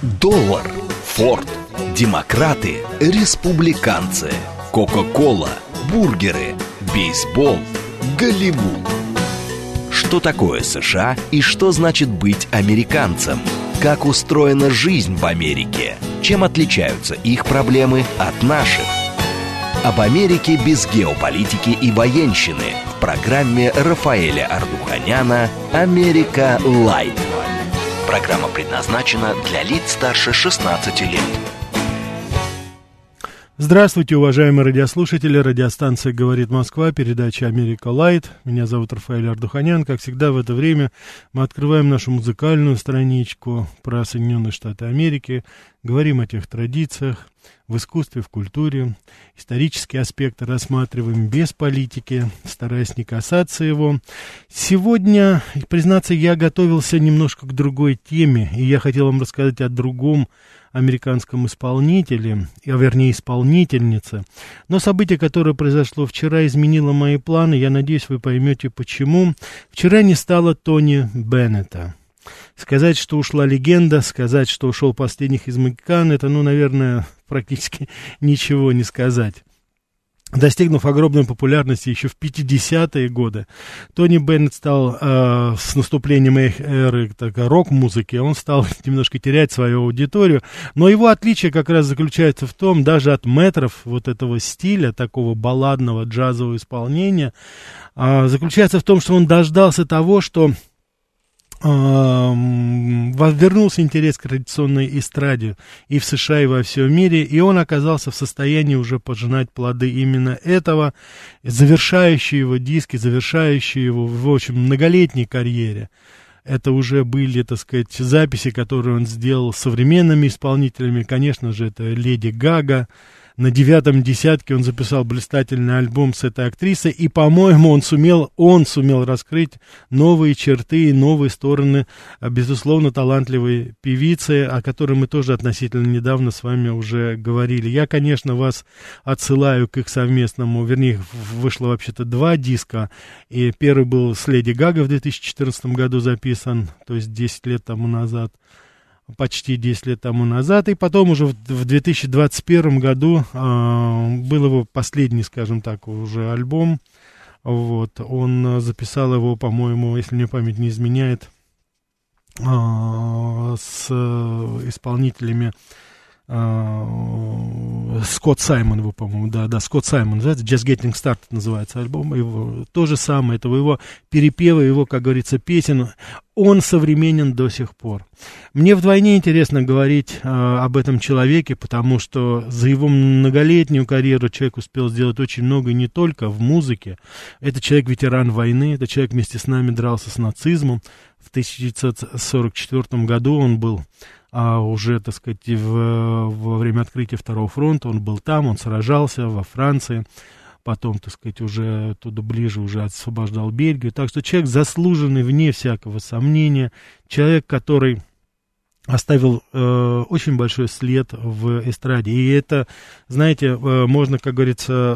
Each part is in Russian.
Доллар, Форд, демократы, республиканцы, Кока-кола, бургеры, бейсбол, Голливуд. Что такое США и что значит быть американцем? Как устроена жизнь в Америке? Чем отличаются их проблемы от наших? Об Америке без геополитики и военщины в программе Рафаэля Ардуханяна «Америка Лайт». Программа предназначена для лиц старше 16 лет. Здравствуйте, уважаемые радиослушатели. Радиостанция «Говорит Москва», передача «Америка Лайт». Меня зовут Рафаэль Ардуханян. Как всегда в это время мы открываем нашу музыкальную страничку про Соединенные Штаты Америки, говорим о тех традициях, в искусстве, в культуре, исторические аспекты рассматриваем без политики, стараясь не касаться его. Сегодня, признаться, я готовился немножко к другой теме, и я хотел вам рассказать о другом американском исполнителе, вернее, исполнительнице. Но событие, которое произошло вчера, изменило мои планы. Я надеюсь, вы поймете, почему. Вчера не стало Тони Беннета. Сказать, что ушла легенда, сказать, что ушел последних из могикан, это, наверное, практически ничего не сказать. Достигнув огромной популярности еще в 50-е годы, Тони Беннет стал с наступлением эры рок-музыки, он стал немножко терять свою аудиторию, но его отличие как раз заключается в том, даже от мэтров вот этого стиля, такого балладного джазового исполнения, заключается в том, что он дождался того, что вернулся интерес к традиционной эстраде и в США, и во всем мире, и он оказался в состоянии уже пожинать плоды именно этого, завершающие его диски, завершающие его в очень многолетней карьере. Это уже были, так сказать, записи, которые он сделал с современными исполнителями. Конечно же, это Леди Гага. На 9-м десятке он записал блистательный альбом с этой актрисой, и, по-моему, он сумел раскрыть новые черты, новые стороны, безусловно, талантливой певицы, о которой мы тоже относительно недавно с вами уже говорили. Я, конечно, вас отсылаю к их совместному, вернее, вышло вообще-то 2 диска, и первый был с Леди Гагой в 2014 году записан, то есть 10 лет тому назад. Почти 10 лет тому назад, и потом уже в 2021 году был его последний, скажем так, уже альбом. Вот, он записал его, по-моему, если мне память не изменяет, с исполнителями Скотт Саймон, его, по-моему, да, Скотт Саймон, называется, Just Getting Started называется альбом, его, то же самое, это его перепевы, его, как говорится, песен, он современен до сих пор. Мне вдвойне интересно говорить об этом человеке, потому что за его многолетнюю карьеру человек успел сделать очень много, и не только в музыке. Это человек-ветеран войны, это человек вместе с нами дрался с нацизмом. В 1944 году он был уже, так сказать, во время открытия Второго фронта, он был там, он сражался во Франции, потом, так сказать, уже туда ближе уже освобождал Бельгию. Так что человек заслуженный, вне всякого сомнения, человек, который оставил очень большой след в эстраде. И это, знаете, можно, как говорится,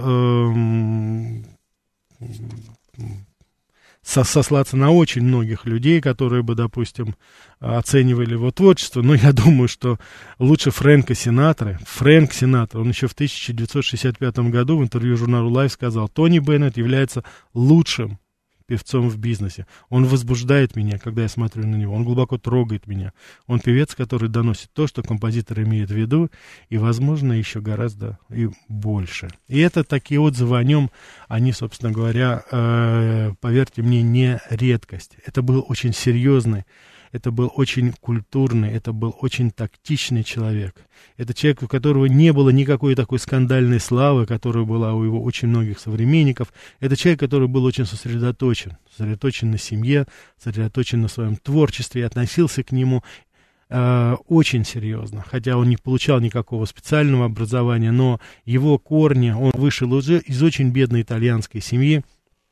сослаться на очень многих людей, которые бы, допустим, оценивали его творчество, но я думаю, что лучше Фрэнк Синатра, он еще в 1965 году в интервью журналу Life сказал: Тони Беннет является лучшим певцом в бизнесе. Он возбуждает меня, когда я смотрю на него. Он глубоко трогает меня. Он певец, который доносит то, что композитор имеет в виду, и, возможно, еще гораздо и больше. И это такие отзывы о нем, они, собственно говоря, поверьте мне, не редкость. Это был очень серьезный, это был очень культурный, это был очень тактичный человек. Это человек, у которого не было никакой такой скандальной славы, которая была у его очень многих современников. Это человек, который был очень сосредоточен на семье, сосредоточен на своем творчестве и относился к нему очень серьезно. Хотя он не получал никакого специального образования, но его корни, он вышел уже из очень бедной итальянской семьи.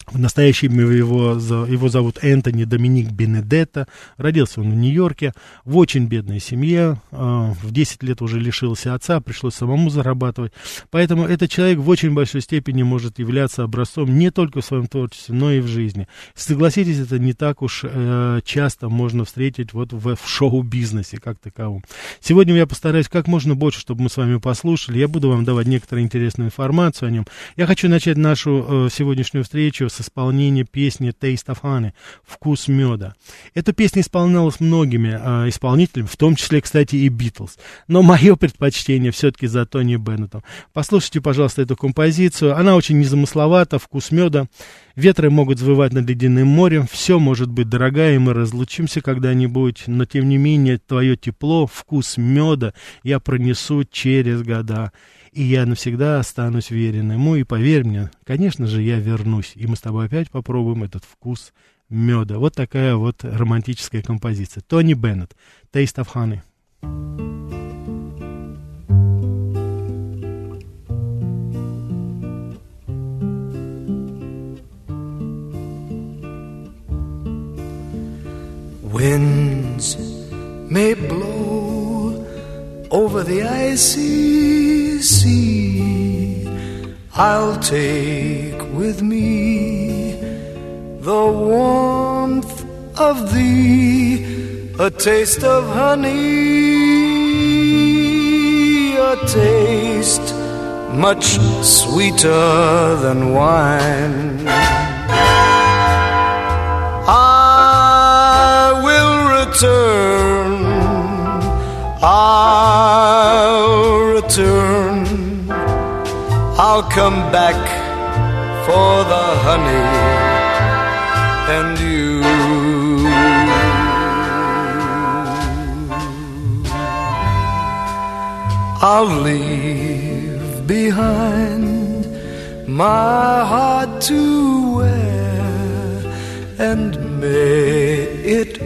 Настоящее имя его зовут Энтони Доминик Бенедетто. Родился он в Нью-Йорке, в очень бедной семье. В 10 лет уже лишился отца, пришлось самому зарабатывать. Поэтому этот человек в очень большой степени может являться образцом не только в своем творчестве, но и в жизни. Согласитесь, это не так уж часто можно встретить вот в шоу-бизнесе как таковом. Сегодня я постараюсь как можно больше, чтобы мы с вами послушали. Я буду вам давать некоторую интересную информацию о нем. Я хочу начать нашу сегодняшнюю встречу с исполнения песни «Taste of Honey» «Вкус меда». Эта песня исполнялась многими исполнителями, в том числе, кстати, и Битлз. Но мое предпочтение все-таки за Тони Беннетом. Послушайте, пожалуйста, эту композицию. Она очень незамысловата, «Вкус меда». Ветры могут завывать над ледяным морем, все может быть, дорогая, и мы разлучимся когда-нибудь, но тем не менее твое тепло, вкус меда я пронесу через года. И я навсегда останусь верен ему, и поверь мне, конечно же, я вернусь, и мы с тобой опять попробуем этот вкус меда. Вот такая вот романтическая композиция. Тони Беннет, «Taste of Honey». Winds may blow over the icy sea, I'll take with me the warmth of thee, a taste of honey, a taste much sweeter than wine. I'll return, I'll come back for the honey and you. I'll leave behind my heart to wear, and may it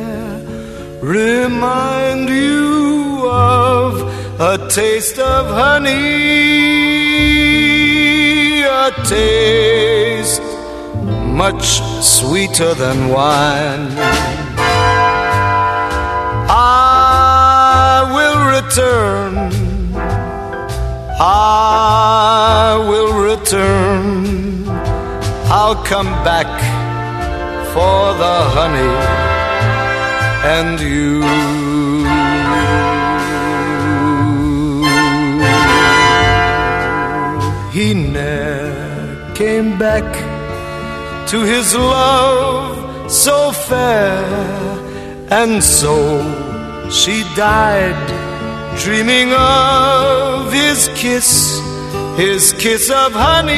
remind you of a taste of honey, a taste much sweeter than wine. I will return, I will return, I'll come back for the honey and you. He ne'er came back to his love so fair, and so she died dreaming of his kiss of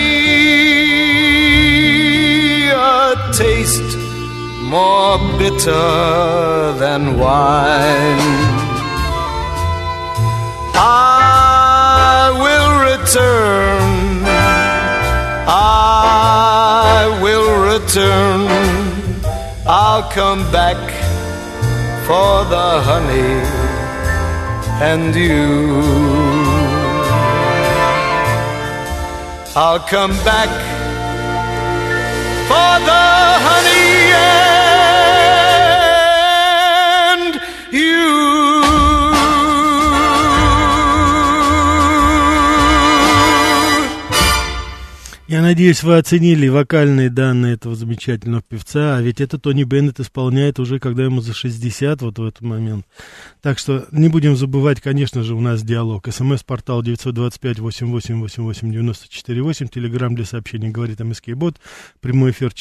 honey, a taste more bitter than wine. I will return, I will return, I'll come back for the honey and you. I'll come back for the honey and you. Я надеюсь, вы оценили вокальные данные этого замечательного певца, а ведь это Тони Беннет исполняет уже, когда ему за 60, вот в этот момент. Так что не будем забывать, конечно же, у нас диалог. СМС-портал 925-88-88-94-8, телеграмм для сообщений «Говорит МСК-бот», прямой эфир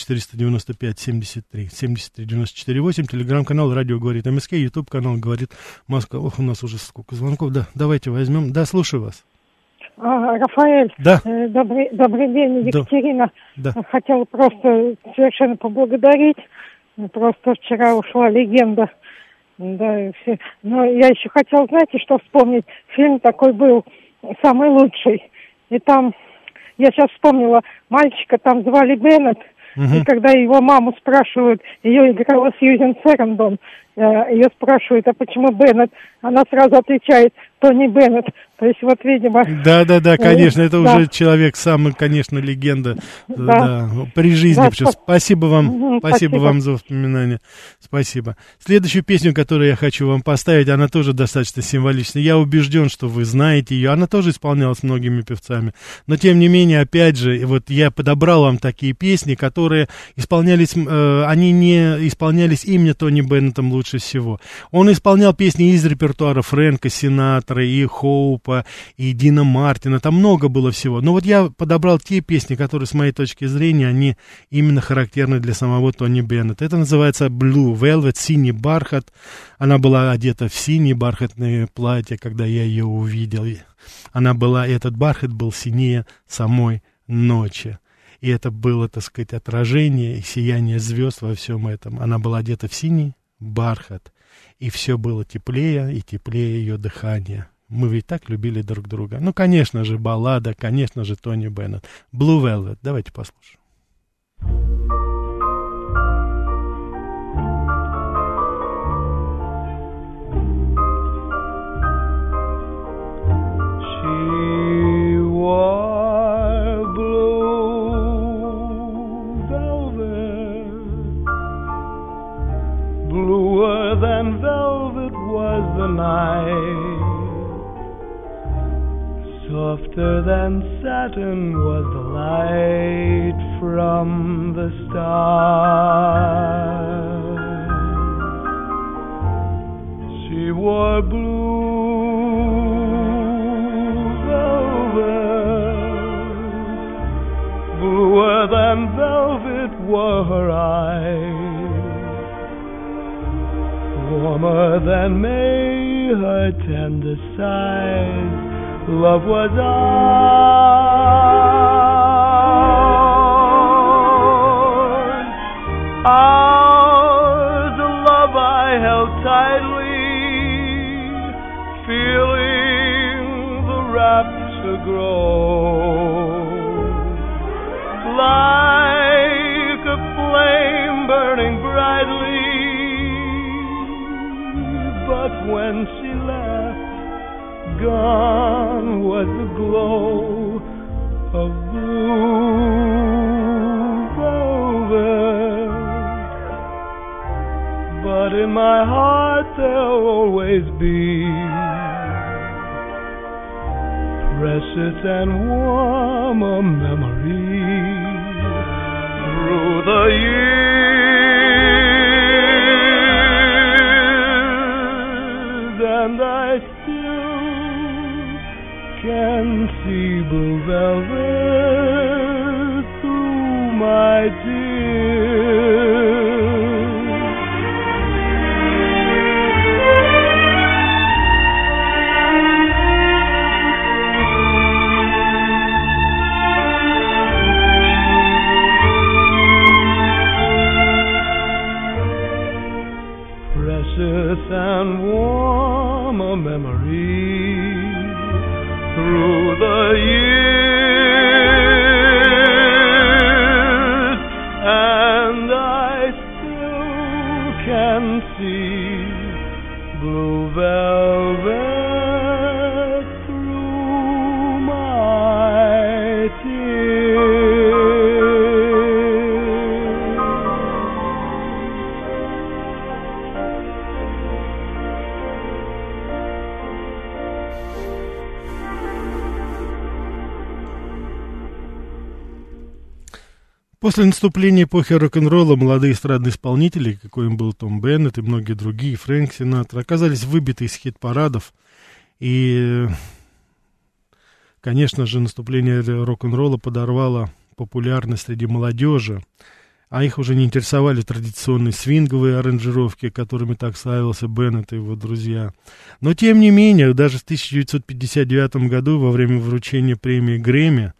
495-73-73-94-8, телеграм-канал «Радио Говорит МСК», ютуб-канал «Говорит Москва». Ох, у нас уже сколько звонков, да, давайте возьмем. Да, слушаю вас. Рафаэль, да. Добрый день, Екатерина. Да. Хотела просто совершенно поблагодарить. Просто вчера ушла легенда. Да, и все. Но я еще хотела, знаете, что вспомнить? Фильм такой был «Самый лучший». И там, я сейчас вспомнила, мальчика там звали Беннет. И когда его маму спрашивают, ее играла Сьюзен Сарандон. ее спрашивают, а почему Беннет? Она сразу отвечает, Тони Беннет. То есть вот, видимо... Да, конечно, это уже человек, самый, конечно, легенда. Да. При жизни. Да, спасибо вам за воспоминания. Спасибо. Следующую песню, которую я хочу вам поставить, она тоже достаточно символичная. Я убежден, что вы знаете ее. Она тоже исполнялась многими певцами. Но, тем не менее, опять же, вот я подобрал вам такие песни, которые исполнялись, они не исполнялись именно Тони Беннетом лучше всего. Он исполнял песни из репертуара Фрэнка Синатра и Хоупа, и Дина Мартина, там много было всего. Но вот я подобрал те песни, которые, с моей точки зрения, они именно характерны для самого Тони Беннета. Это называется Blue Velvet, синий бархат. Она была одета в синее бархатное платье, когда я ее увидел. Этот бархат был синее самой ночи. И это было, так сказать, отражение и сияние звезд во всем этом. Она была одета в синий бархат. И все было теплее и теплее ее дыхание. Мы ведь так любили друг друга. Ну, конечно же, баллада, конечно же, Тони Беннет. Blue Velvet. Давайте послушаем. She wore blue velvet. Bluer than velvet was the night. Softer than satin was the light from the stars. She wore blue velvet. Bluer than velvet were her eyes. Warmer than May her tender sighs. Love was ours, ours, a love I held tightly, feeling the rapture grow, like a flame burning brightly, but when she left, gone was the glow of blue velvet. But in my heart there'll always be precious and warm a memory through the years, and I can see blue velvet through my tears. Precious and warm a memory through the years, and I still can see blue velvet through my tears. После наступления эпохи рок-н-ролла молодые эстрадные исполнители, какой им был Том Беннет и многие другие, Фрэнк Синатра, оказались выбиты из хит-парадов. И, конечно же, наступление рок-н-ролла подорвало популярность среди молодежи, а их уже не интересовали традиционные свинговые аранжировки, которыми так славился Беннет и его друзья. Но, тем не менее, даже в 1959 году, во время вручения премии Грэмми,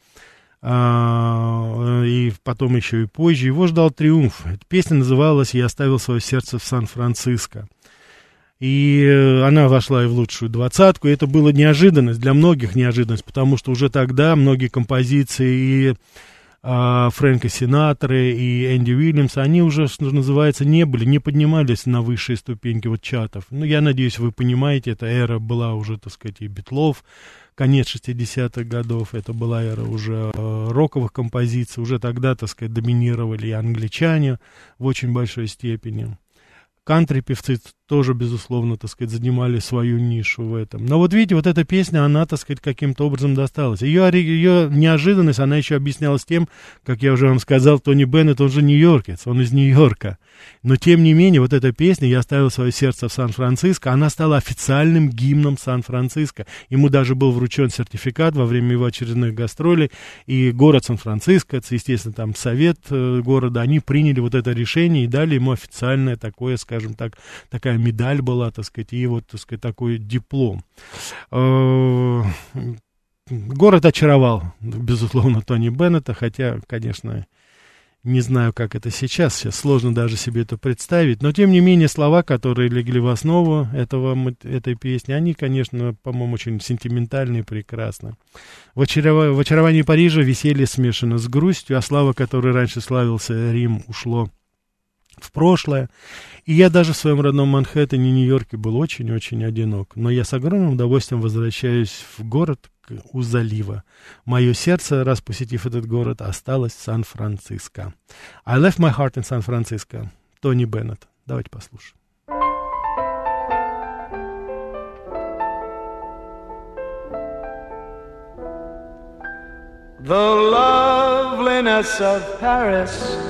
и потом еще и позже, его ждал триумф. Эта песня называлась «Я оставил свое сердце в Сан-Франциско». И она вошла и в лучшую двадцатку, и это была неожиданность, для многих неожиданность, потому что уже тогда многие композиции и Фрэнка Синатры и Энди Уильямса, они уже, что называется, не поднимались на высшие ступеньки вот чатов. Ну, я надеюсь, вы понимаете, эта эра была уже, так сказать, и Битлов, конец 60-х годов, это была эра уже роковых композиций, уже тогда, так сказать, доминировали и англичане в очень большой степени. Кантри-певцы тоже, безусловно, так сказать, занимали свою нишу в этом. Но вот видите, вот эта песня, она, так сказать, каким-то образом досталась. Ее неожиданность, она еще объяснялась тем, как я уже вам сказал, Тони Беннет, он же нью-йоркец, он из Нью-Йорка. Но, тем не менее, вот эта песня «Я оставил свое сердце в Сан-Франциско», она стала официальным гимном Сан-Франциско. Ему даже был вручен сертификат во время его очередных гастролей, и город Сан-Франциско, естественно, там совет города, они приняли вот это решение и дали ему официальное такое, скажем так, такая медаль была, так сказать, и вот, так сказать, такой диплом. Город очаровал, безусловно, Тони Беннета, хотя, конечно, не знаю, как это сейчас сложно даже себе это представить, но, тем не менее, слова, которые легли в основу этой песни, они, конечно, по-моему, очень сентиментальны и прекрасны. В очаровании Парижа веселье смешано с грустью, а слава, которой раньше славился Рим, ушло в прошлое. И я даже в своем родном Манхэттене, Нью-Йорке, был очень-очень одинок. Но я с огромным удовольствием возвращаюсь в город у залива. Мое сердце, раз посетив этот город, осталось в Сан-Франциско. I left my heart in San Francisco. Тони Беннет. Давайте послушаем. The loveliness of Paris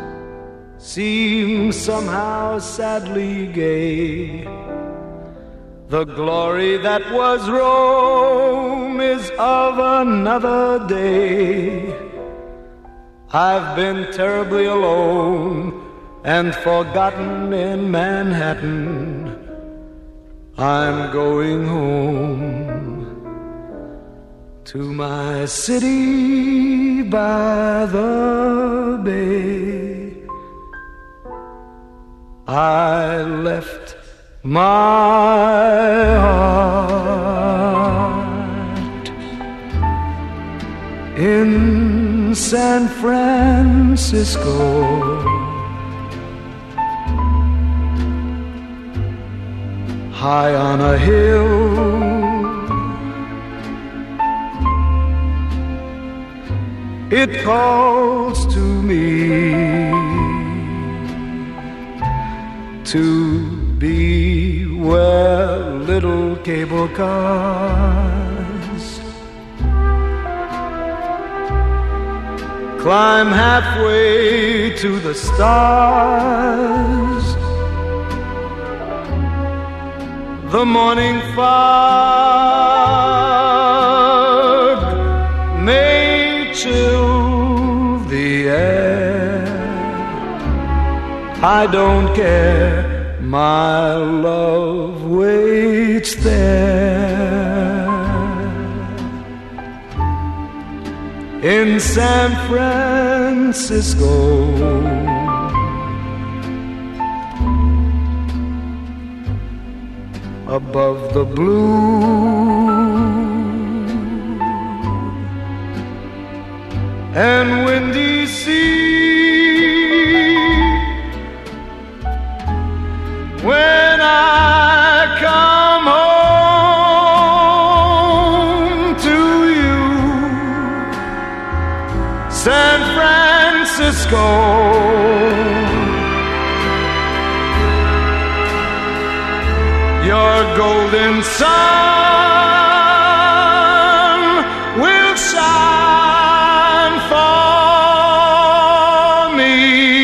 seems somehow sadly gay. The glory that was Rome is of another day. I've been terribly alone and forgotten in Manhattan. I'm going home to my city by the bay. I left my heart in San Francisco. High on a hill, it calls to me to be where little cable cars climb halfway to the stars. The morning fog may chill the air. I don't care, my love waits there in San Francisco. Above the blue and windy sea, when I come home to you, San Francisco, your golden sun will shine for me.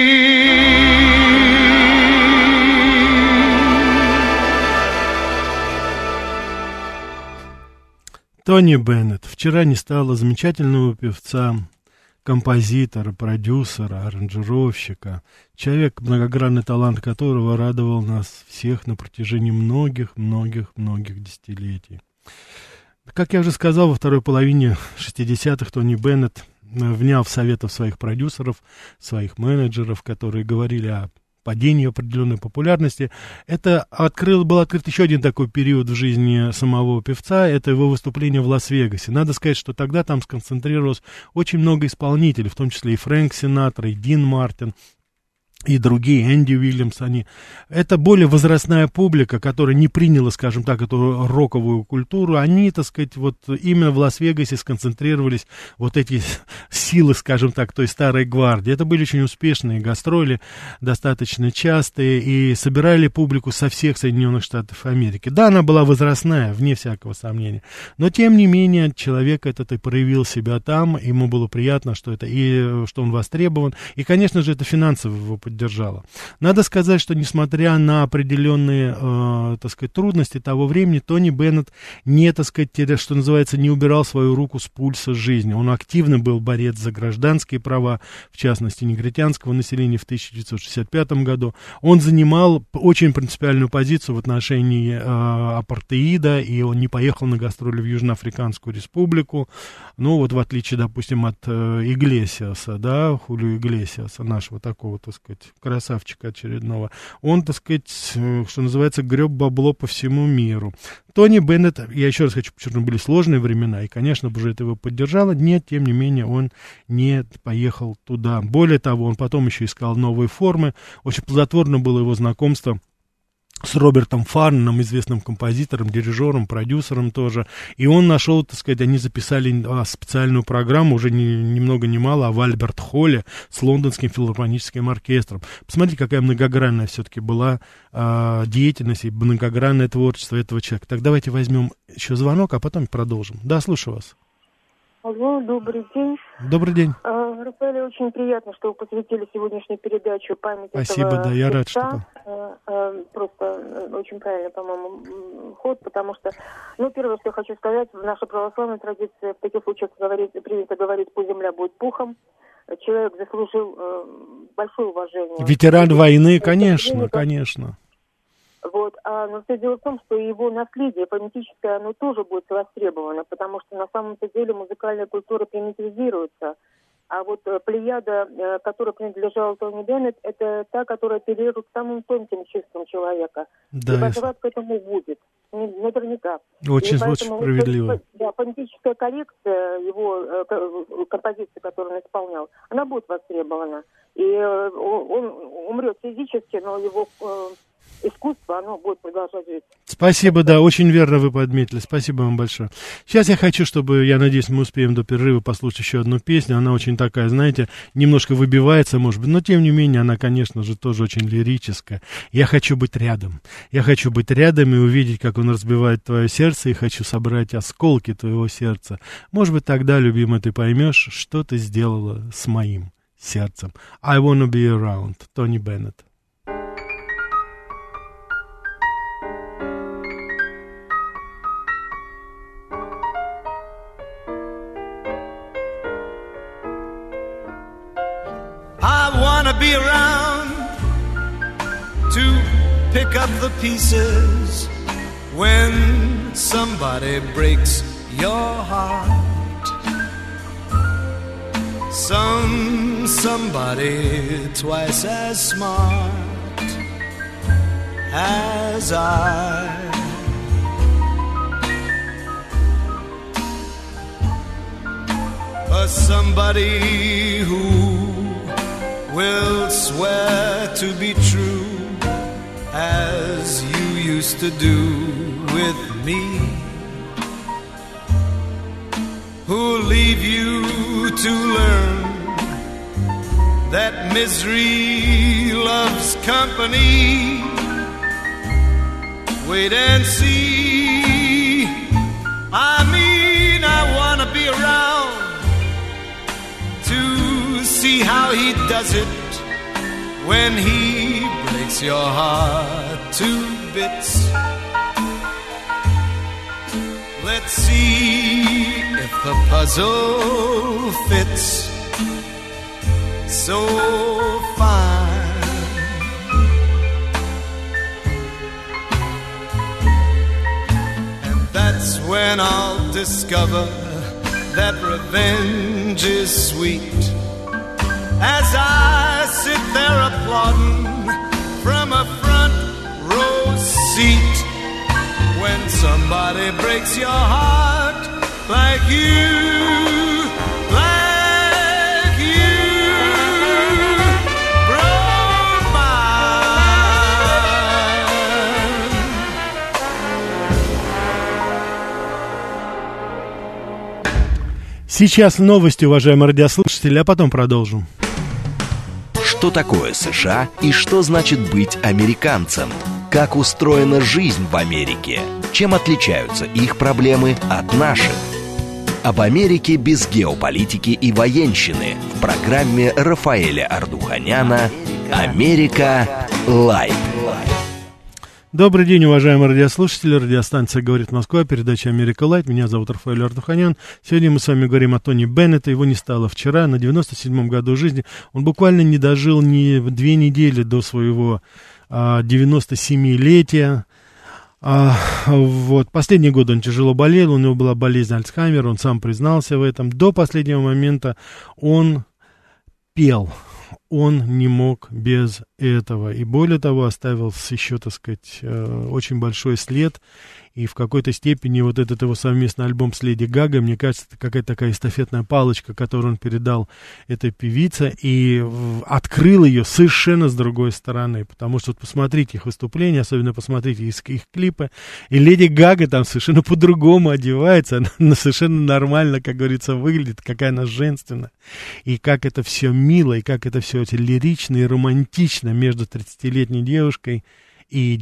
Тони Беннет. Вчера не стало замечательного певца, композитора, продюсера, аранжировщика, человек, многогранный талант которого радовал нас всех на протяжении многих десятилетий. Как я уже сказал, во второй половине 60-х Тони Беннет, вняв советов своих продюсеров, своих менеджеров, которые говорили о падению определенной популярности. Был открыт еще один такой период в жизни самого певца, это его выступление в Лас-Вегасе. Надо сказать, что тогда там сконцентрировалось очень много исполнителей, в том числе и Фрэнк Синатра, и Дин Мартин, и другие, Энди Уильямс, это более возрастная публика, которая не приняла, скажем так, эту роковую культуру, они, так сказать, вот именно в Лас-Вегасе сконцентрировались вот эти силы, скажем так, той старой гвардии. Это были очень успешные гастроли, достаточно частые, и собирали публику со всех Соединенных Штатов Америки. Да, она была возрастная, вне всякого сомнения, но, тем не менее, человек этот и проявил себя там, ему было приятно, что он востребован, и, конечно же, это финансово его поддержала. Надо сказать, что несмотря на определенные, так сказать, трудности того времени, Тони Беннет не, так сказать, что называется, не убирал свою руку с пульса жизни. Он активно был борец за гражданские права, в частности, негритянского населения в 1965 году. Он занимал очень принципиальную позицию в отношении апартеида, и он не поехал на гастроли в Южноафриканскую республику. Ну, вот в отличие, допустим, от Иглесиаса, да, Хулио Иглесиаса, нашего такого, так сказать, красавчика очередного. Он, так сказать, что называется, греб бабло по всему миру. Тони Беннет, я еще раз хочу подчеркнуть, были сложные времена, и, конечно, уже это его поддержало. Нет, тем не менее, он не поехал туда. Более того, он потом еще искал новые формы. Очень плодотворно было его знакомство с Робертом Фарнаном, известным композитором, дирижером, продюсером тоже. И он нашел, так сказать, они записали специальную программу, уже ни много ни мало, в Альберт-Холле с Лондонским филармоническим оркестром. Посмотрите, какая многогранная все-таки была деятельность и многогранное творчество этого человека. Так давайте возьмем еще звонок, а потом продолжим. Да, слушаю вас. Алло, добрый день. Добрый день. Рафаэль, очень приятно, что вы посвятили сегодняшнюю передачу памяти Спасибо, этого да, я рад, певца. что Просто очень правильный, по-моему, ход, потому что, первое, что я хочу сказать, в нашей православной традиции в таких случаях принято говорить, пусть земля будет пухом. Человек заслужил большое уважение. Ветеран войны, конечно, конечно. Вот, но все дело в том, что его наследие фонетическое, оно тоже будет востребовано, потому что на самом-то деле музыкальная культура примитивизируется. А вот плеяда, которая принадлежала Тони Беннет, это та, которая апеллирует к самым тонким чувствам человека. Да, и возврат к этому будет. Наверняка. Очень справедливо. Да, фонетическая коррекция его композиции, которую он исполнял, она будет востребована. И он умрет физически, но его искусство, оно будет продолжать жить. Спасибо, да, очень верно вы подметили. Спасибо вам большое. Сейчас я хочу, я надеюсь, мы успеем до перерыва послушать еще одну песню. Она очень такая, знаете, немножко выбивается, может быть, но тем не менее, она, конечно же, тоже очень лирическая. Я хочу быть рядом. Я хочу быть рядом и увидеть, как он разбивает твое сердце, и хочу собрать осколки твоего сердца. Может быть, тогда, любимый, ты поймешь, что ты сделала с моим сердцем. I wanna be around. Тони Беннет. Be around to pick up the pieces when somebody breaks your heart. Somebody twice as smart as I. But somebody who will swear to be true as you used to do with me, who'll leave you to learn that misery loves company. Wait and see. I wanna be around to see how he does it when he breaks your heart to bits. Let's see if the puzzle fits so fine. And that's when I'll discover that revenge is sweet. As I sit there applauding from a front row seat when somebody breaks your heart like you broke mine. Сейчас новости, уважаемые радиослушатели, а потом продолжим. Что такое США и что значит быть американцем? Как устроена жизнь в Америке? Чем отличаются их проблемы от наших? Об Америке без геополитики и военщины в программе Рафаэля Ардуханяна «Америка Лайв». Добрый день, уважаемые радиослушатели. Радиостанция «Говорит Москва», передача «Америка Лайт». Меня зовут Рафаэль Ардуханян. Сегодня мы с вами говорим о Тони Беннетте. Его не стало вчера, на 97-м году жизни. Он буквально не дожил ни 2 недели до своего 97-летия. Вот. Последние годы он тяжело болел, у него была болезнь Альцгеймера, он сам признался в этом. До последнего момента он пел. Он не мог без этого. И более того, оставил еще, так сказать, очень большой след. И в какой-то степени вот этот его совместный альбом с Леди Гагой, мне кажется, это какая-то такая эстафетная палочка, которую он передал этой певице, и открыл ее совершенно с другой стороны. Потому что вот посмотрите их выступления, особенно посмотрите их клипы, и Леди Гага там совершенно по-другому одевается, она совершенно нормально, как говорится, выглядит, какая она женственная. И как это все мило, и как это все лирично и романтично между 30-летней девушкой и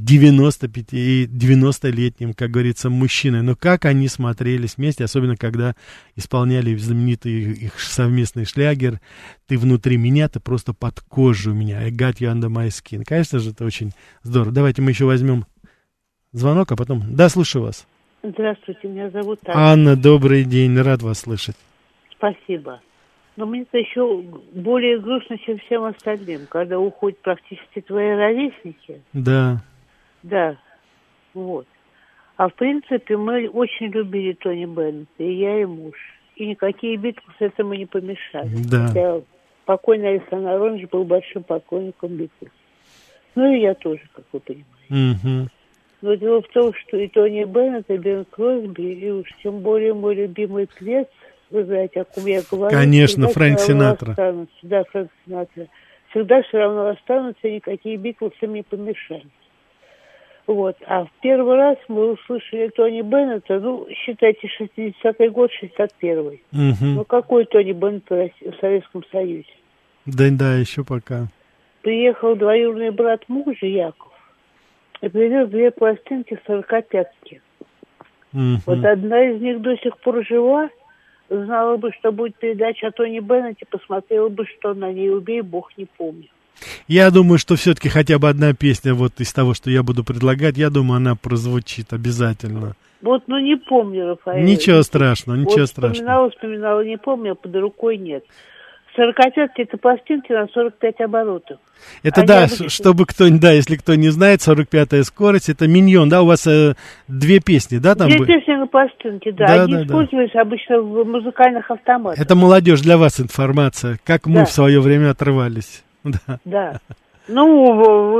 90-летним, как говорится, мужчиной. Но как они смотрелись вместе, особенно когда исполняли знаменитый их совместный шлягер «Ты внутри меня, ты просто под кожей у меня, I got you under my skin». Конечно же, это очень здорово. Давайте мы еще возьмем звонок, а потом... Да, слушаю вас. Здравствуйте, меня зовут Анна. Анна, добрый день, рад вас слышать. Спасибо. Но мне-то еще более грустно, чем всем остальным, когда уходят практически твои ровесники. Да. Да, вот. А в принципе мы очень любили Тони Беннетта, и я, и муж. И никакие Битлз этому не помешали. Да. Хотя покойный Александр Аронович был большим поклонником Битлз. Ну и я тоже, как вы понимаете. Угу. Но дело в том, что и Тони Беннетт, и Бен Кросби, и уж тем более мой любимый певец, вы знаете, о ком я говорю. Конечно, Фрэнк Синатра. Да, Фрэнк Синатра. Всегда все равно останутся, и никакие Битлз им не помешают. Вот. А в первый раз мы услышали Тони Беннетта, ну, считайте, 60-й год, 61-й. Угу. Ну, какой Тони Беннетт в Советском Союзе? Да, еще пока. Приехал двоюродный брат мужа, Яков, и привез 2 пластинки 45-ки. Угу. Вот одна из них до сих пор жива. Знала бы, что будет передача о Тони Беннетте, посмотрела бы, что на ней, убей бог, не помню. Я думаю, что все-таки хотя бы одна песня вот из того, что я буду предлагать, я думаю, она прозвучит обязательно. Вот, ну не помню, Рафаэль. Ничего страшного, ничего вот страшного. Вспоминала, не помню, а под рукой нет. 45-ки это пластинки на 45 оборотов. Это да, чтобы кто-нибудь, да, если кто не знает, 45-я скорость, это миньон, да, у вас 2 песни, да, там? 2 песни на пластинке, да, они использовались обычно в музыкальных автоматах. Это, молодежь, для вас информация, как мы в свое время отрывались. Да. Ну,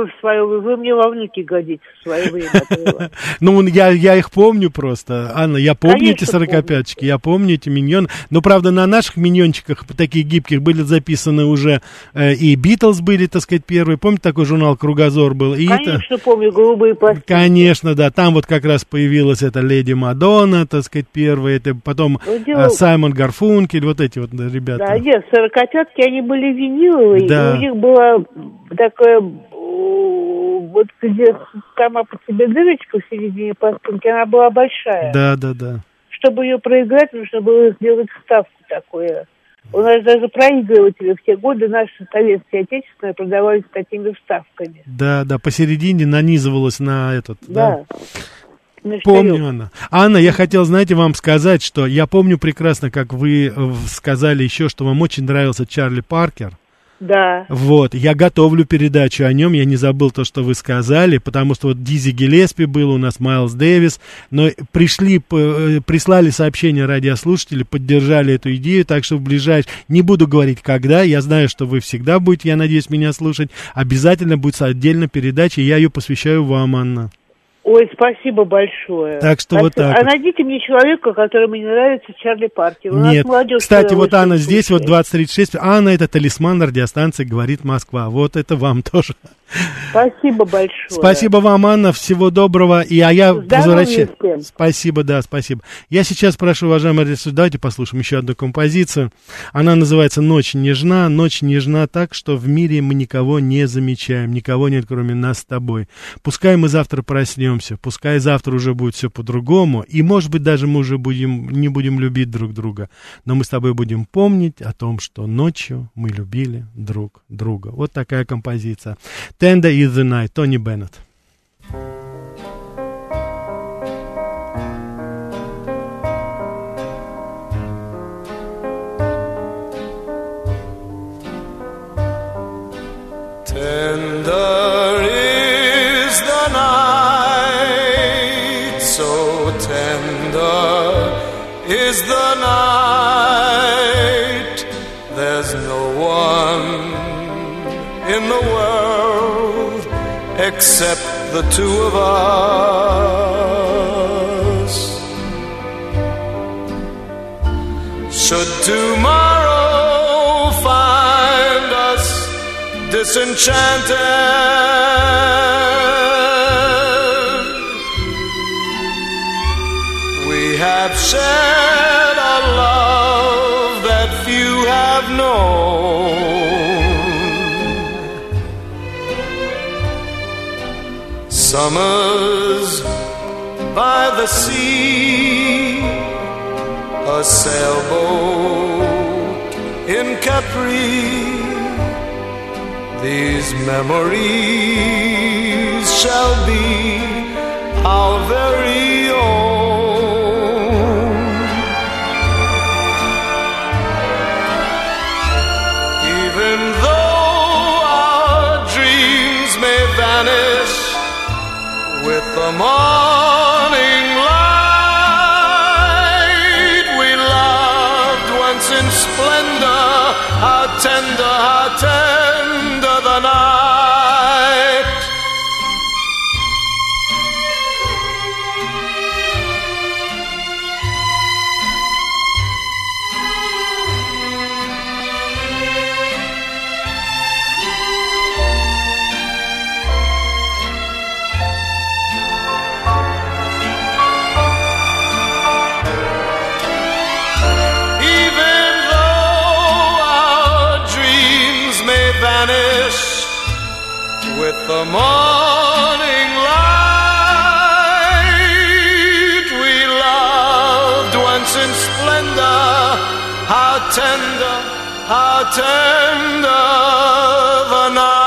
вы мне во внуки годитесь в свое время. Ну, я их помню просто. Анна, я помню эти 45-очки, я помню эти миньоны. Но, правда, на наших миньончиках, таких гибких, были записаны уже и Битлз были, так сказать, первые. Помните, такой журнал «Кругозор» был? Конечно, помню, голубые пластинки. Конечно, да. Там вот как раз появилась эта Леди Мадонна, так сказать, первая. Это потом Саймон Гарфункель, вот эти вот ребята. Да, нет, 45-ки, они были виниловые, да. И у них была такая, вот где сама по себе дырочка в середине пластинки, она была большая. Да. Чтобы ее проиграть, нужно было сделать вставку такую. У нас даже проигрыватели в те годы, наши советские, отечественные, продавались с такими вставками. Да, посередине нанизывалось на этот, да. Помню, Анна. Анна, я хотел, знаете, вам сказать, что я помню прекрасно, как вы сказали еще, что вам очень нравился Чарли Паркер. Да. Вот, я готовлю передачу о нем, я не забыл то, что вы сказали, потому что вот Дизи Гиллеспи был, у нас Майлз Дэвис, но прислали сообщение радиослушатели, поддержали эту идею, так что в ближайшее, не буду говорить когда, я знаю, что вы всегда будете, я надеюсь, меня слушать, обязательно будет отдельная передача, я ее посвящаю вам, Анна. Ой, спасибо большое. Так что вот так. А найдите мне человека, которому не нравится Чарли Паркер. Нет, кстати, вот Анна здесь, вот 2036. Анна, это талисман радиостанции «Говорит Москва». Вот это вам тоже. Спасибо большое. Спасибо вам, Анна, всего доброго. Я возвращаюсь. Спасибо, да, спасибо. Я сейчас прошу, уважаемые радиослушатели, давайте послушаем еще одну композицию. Она называется «Ночь нежна». Ночь нежна так, что в мире мы никого не замечаем, никого нет, кроме нас с тобой. Пускай мы завтра проснемся, пускай завтра уже будет все по-другому, и, может быть, даже мы уже не будем любить друг друга, но мы с тобой будем помнить о том, что ночью мы любили друг друга. Вот такая композиция. Tender is the Night, Тони Беннет. Tender is the night, so tender is the night. There's no one in the world except the two of us. Should tomorrow find us disenchanted, we have shared a love that few have known. Summers by the sea, a sailboat in Capri. These memories shall be our very own. Even though our dreams may vanish with the morning light, we loved once in splendor. How tender, how tender the night. With the morning light, we loved once in splendor. How tender the night.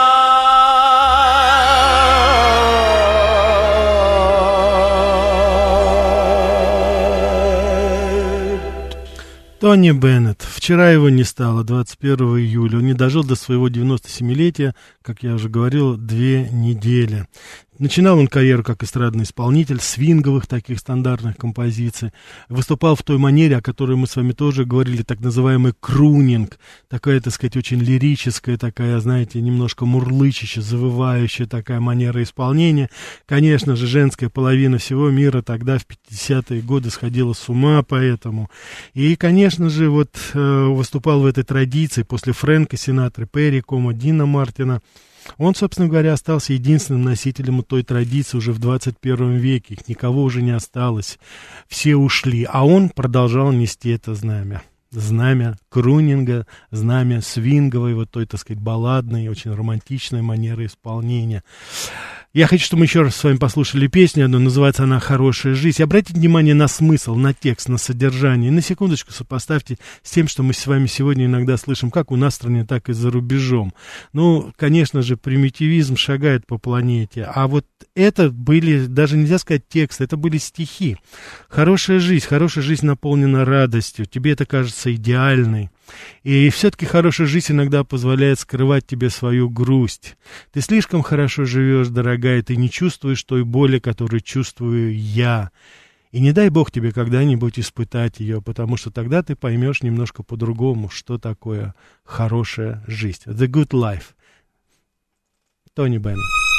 Тони Беннет. Вчера его не стало, 21 июля. Он не дожил до своего 97-летия, как я уже говорил, 2 недели. Начинал он карьеру как эстрадный исполнитель свинговых таких стандартных композиций. Выступал в той манере, о которой мы с вами тоже говорили, так называемый крунинг. Такая, так сказать, очень лирическая, такая, знаете, немножко мурлычащая, завывающая такая манера исполнения. Конечно же, женская половина всего мира тогда в 50-е годы сходила с ума по этому. И, конечно же, вот выступал в этой традиции после Фрэнка Синатры, Перри Комо, Дина Мартина. Он, собственно говоря, остался единственным носителем той традиции уже в 21 веке. Их никого уже не осталось. Все ушли. А он продолжал нести это знамя. Знамя крунинга, знамя свинговой, вот той, так сказать, балладной, очень романтичной манеры исполнения. Я хочу, чтобы мы еще раз с вами послушали песню одну, называется она «Хорошая жизнь». И обратите внимание на смысл, на текст, на содержание. И на секундочку сопоставьте с тем, что мы с вами сегодня иногда слышим, как у нас в стране, так и за рубежом. Ну, конечно же, примитивизм шагает по планете. А вот это были, даже нельзя сказать тексты, это были стихи. Хорошая жизнь наполнена радостью. Тебе это кажется идеальной. И все-таки хорошая жизнь иногда позволяет скрывать тебе свою грусть. Ты слишком хорошо живешь, дорогая, ты не чувствуешь той боли, которую чувствую я. И не дай Бог тебе когда-нибудь испытать ее, потому что тогда ты поймешь немножко по-другому, что такое хорошая жизнь. The Good Life. Тони Беннет.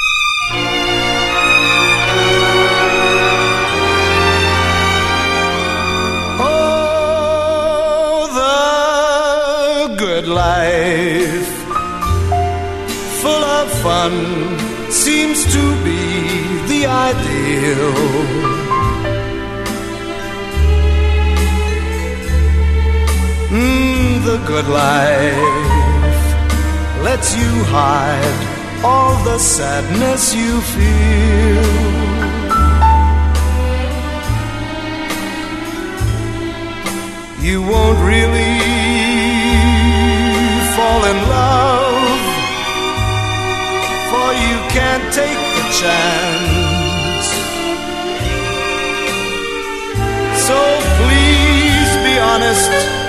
Oh, the good life, full of fun, seems to be the ideal. The good life lets you hide all the sadness you feel. You won't really fall in love, for you can't take the chance. So please be honest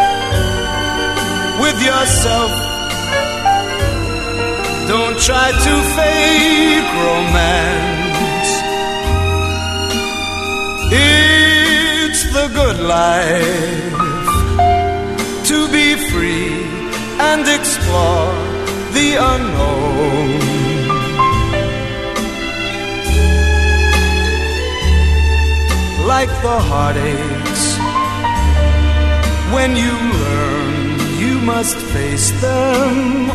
with yourself. Don't try to fake romance. It's the good life to be free and explore the unknown. Like the heartaches when you learn you must face them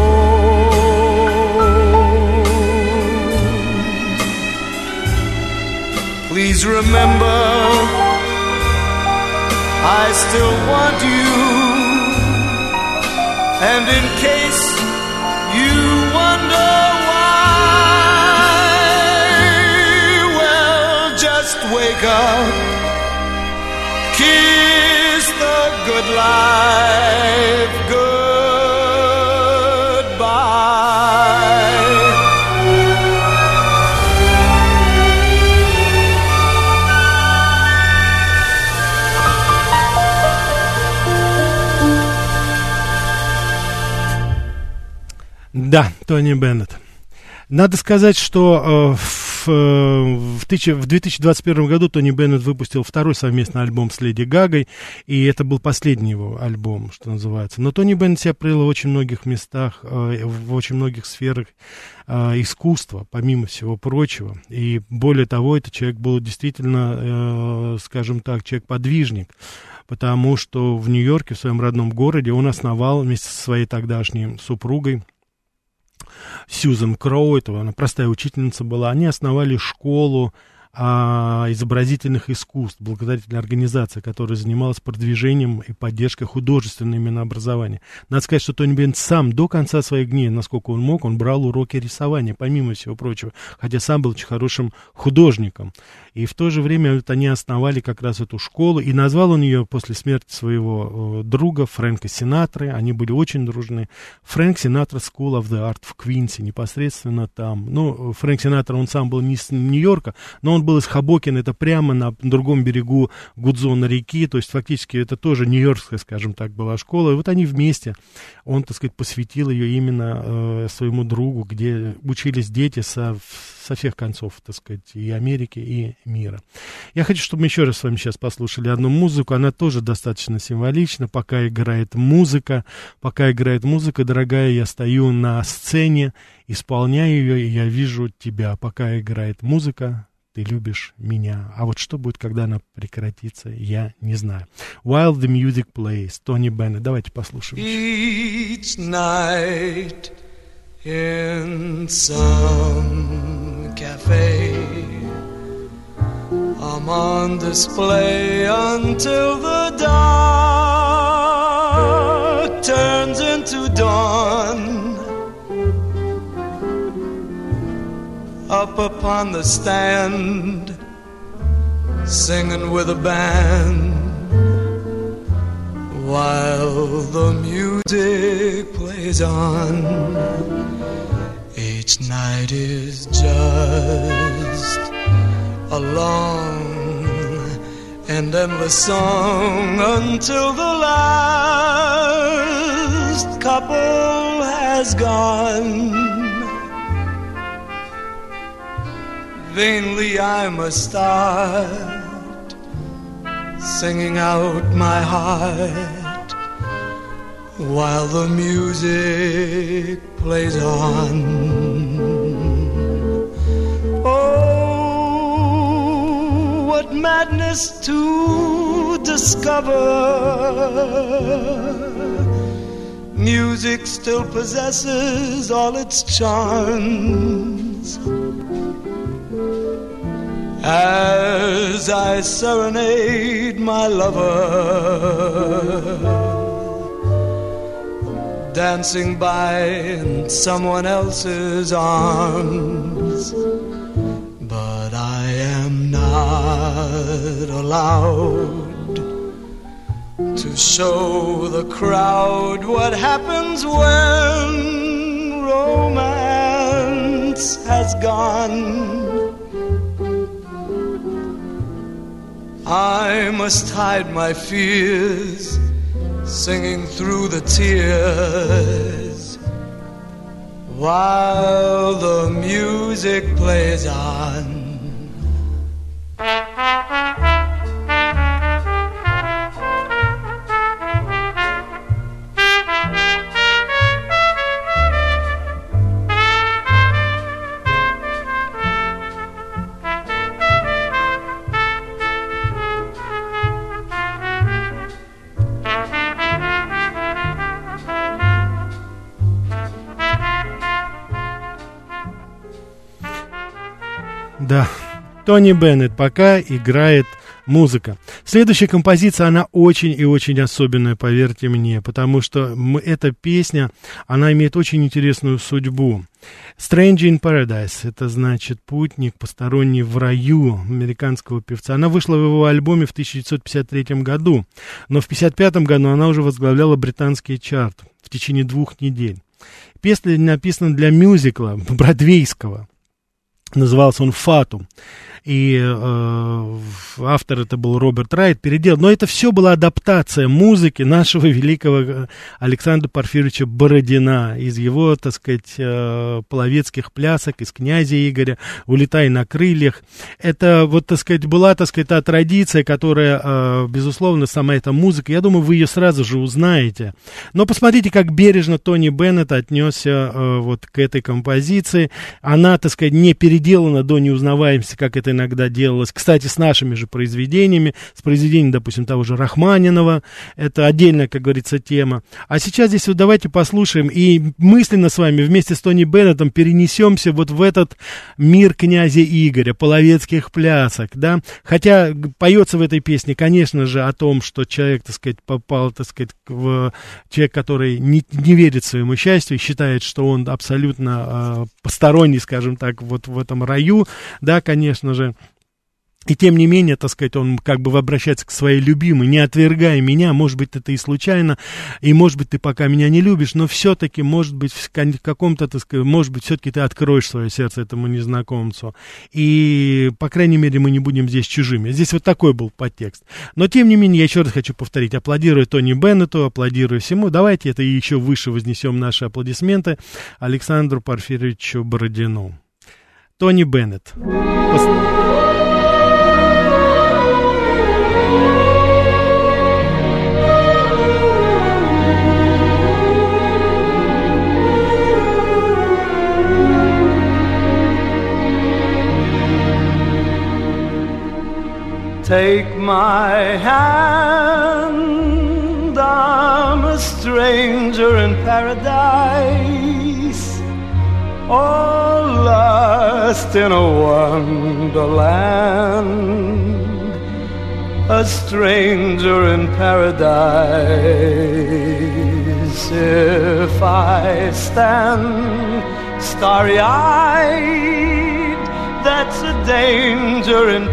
alone. Please remember, I still want you. And in case you wonder why, well, just wake up, kiss the good life goodbye. Да, Тони Беннет. Надо сказать, что в 2021 году Тони Беннет выпустил второй совместный альбом с Леди Гагой, и это был последний его альбом, что называется. Но Тони Беннет себя проявил в очень многих местах, в очень многих сферах искусства, помимо всего прочего. И более того, этот человек был действительно, скажем так, человек-подвижник, потому что в Нью-Йорке, в своем родном городе, он основал вместе со своей тогдашней супругой Сьюзен Кроу, она простая учительница была, они основали школу изобразительных искусств, благотворительная организация, которая занималась продвижением и поддержкой художественного именно образования. Надо сказать, что Тони Беннет сам до конца своих дней, насколько он мог, он брал уроки рисования, помимо всего прочего, хотя сам был очень хорошим художником. И в то же время вот они основали как раз эту школу, и назвал он ее после смерти своего друга Фрэнка Синатры, они были очень дружны. Фрэнк Синатра School of the Art в Квинсе, непосредственно там. Ну, Фрэнк Синатра, он сам был не из Нью-Йорка, но он был из Хобокина, это прямо на другом берегу Гудзона реки, то есть фактически это тоже нью-йоркская, скажем так, была школа. И вот они вместе, он, так сказать, посвятил ее именно своему другу, где учились дети со всех концов, так сказать, и Америки, и мира. Я хочу, чтобы мы еще раз с вами сейчас послушали одну музыку, она тоже достаточно символична. Пока играет музыка, дорогая, я стою на сцене, исполняю ее, и я вижу тебя. Пока играет музыка, ты любишь меня. А вот что будет, когда она прекратится, я не знаю. While the music plays, Тони Беннет. Давайте послушаем. Each night in some cafe, I'm on display until the dark turns into dawn. Up upon the stand, singing with a band, while the music plays on. Each night is just a long and endless song until the last couple has gone. Vainly I must start singing out my heart while the music plays on. Oh, what madness to discover music still possesses all its charms. As I serenade my lover, dancing by in someone else's arms, but I am not allowed to show the crowd what happens when romance has gone. I must hide my fears, singing through the tears, while the music plays on. Да, Тони Беннет, пока играет музыка. Следующая композиция, она очень и очень особенная, поверьте мне, потому что эта песня, она имеет очень интересную судьбу. Stranger in Paradise, это значит «Путник, посторонний в раю» американского певца. Она вышла в его альбоме в 1953 году, но в 1955 году она уже возглавляла британский чарт в течение 2 недель. Песня написана для мюзикла бродвейского. Назывался он «Фатум». И автор это был Роберт Райт, переделал. Но это все была адаптация музыки нашего великого Александра Порфирьевича Бородина из его, так сказать, половецких плясок, из «Князя Игоря», «Улетай на крыльях». Это, вот, так сказать, была, так сказать, та традиция, которая, безусловно, сама эта музыка, я думаю, вы ее сразу же узнаете. Но посмотрите, как бережно Тони Беннет отнесся вот к этой композиции. Она, так сказать, не переделана до неузнаваемости, как это иногда делалось, кстати, с нашими же произведениями, с произведением, допустим, того же Рахманинова, это отдельная, как говорится, тема. А сейчас здесь вот давайте послушаем и мысленно с вами вместе с Тони Беннетом перенесемся вот в этот мир «Князя Игоря», половецких плясок, да, хотя поется в этой песне, конечно же, о том, что человек, так сказать, попал, так сказать, в человек, который не верит своему счастью и считает, что он абсолютно посторонний, скажем так, вот в этом раю, да, конечно же. И тем не менее, так сказать, он как бы обращается к своей любимой, не отвергай меня, может быть, это и случайно, и может быть, ты пока меня не любишь, но все-таки, может быть, в каком-то, так сказать, может быть, все-таки ты откроешь свое сердце этому незнакомцу. И, по крайней мере, мы не будем здесь чужими. Здесь вот такой был подтекст. Но, тем не менее, я еще раз хочу повторить, аплодирую Тони Беннету, аплодирую всему. Давайте это еще выше вознесем наши аплодисменты Александру Порфирьевичу Бородину. Тони Беннет. Take my hand, I'm a stranger in paradise, all lost in a wonderland, a stranger in paradise. If I stand starry-eyed, that's a danger in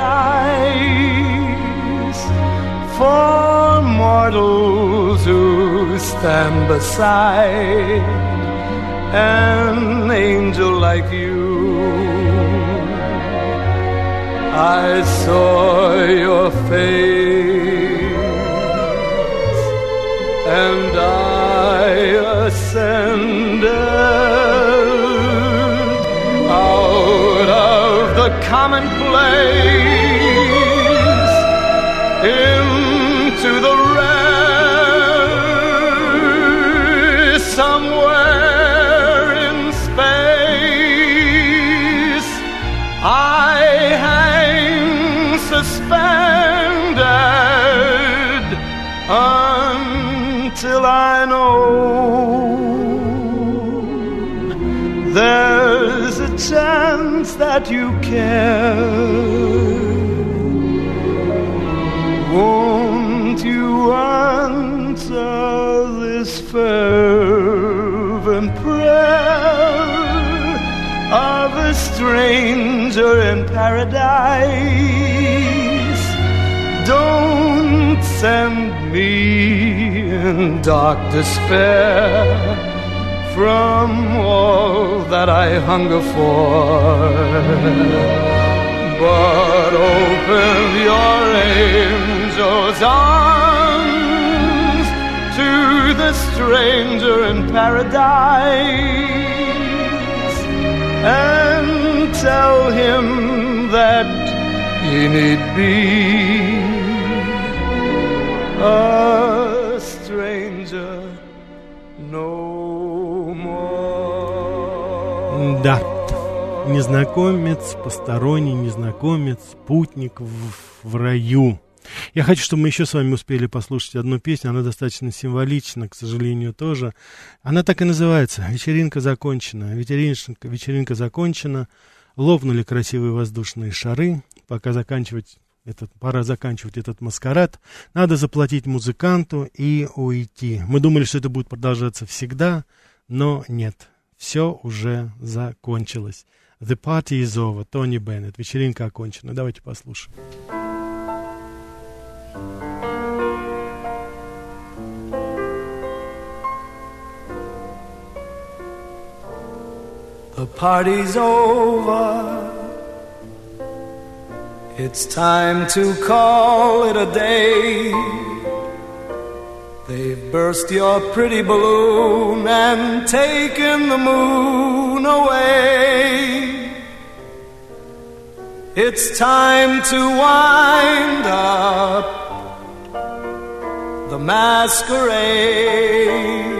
paradise for mortals who stand beside an angel like you. I saw your face, and I ascended out of the commonplace into the rare somewhere in space. I hang suspended until I know there's a chance that you care. Won't you answer this fervent prayer of a stranger in paradise? Don't send me in dark despair from all that I hunger for, but open your angel's arms to the stranger in paradise, and tell him that he need be a stranger no more. Да, незнакомец, посторонний незнакомец, путник в раю. Я хочу, чтобы мы еще с вами успели послушать одну песню. Она достаточно символична, к сожалению, тоже. Она так и называется «Вечеринка закончена». Вечеринка закончена. Лопнули красивые воздушные шары. Пора заканчивать этот маскарад. Надо заплатить музыканту и уйти. Мы думали, что это будет продолжаться всегда, но нет. Все уже закончилось. The party is over. Тони Беннет. Вечеринка окончена. Давайте послушаем. The party's over. It's time to call it a day. They've burst your pretty balloon and taken the moon away. It's time to wind up the masquerade.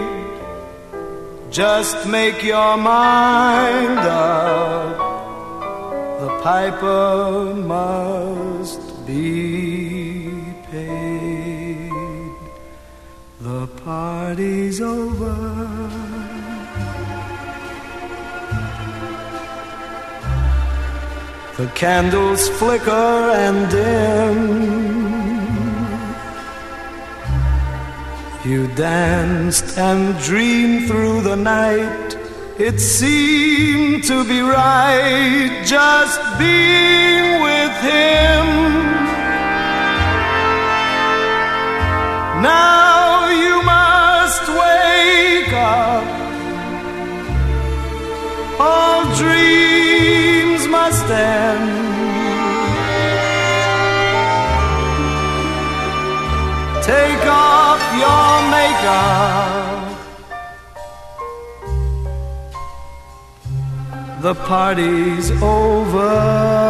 Just make your mind up. The piper must be paid. The party's over. The candles flicker and dim. You danced and dreamed through the night. It seemed to be right just being with him. Now you must wake up. All dreams must end. Take off your makeup. The party's over.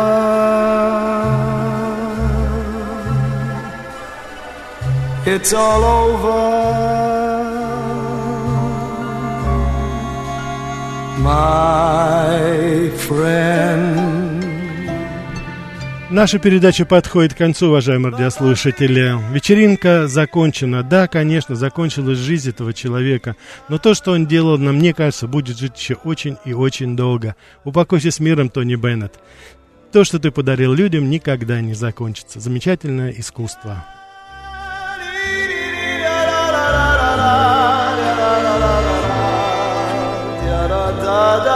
It's all over, my friend. Наша передача подходит к концу, уважаемые радиослушатели. Вечеринка закончена. Да, конечно, закончилась жизнь этого человека. Но то, что он делал, мне кажется, будет жить еще очень и очень долго. Упокойся с миром, Тони Беннет. То, что ты подарил людям, никогда не закончится. Замечательное искусство. Da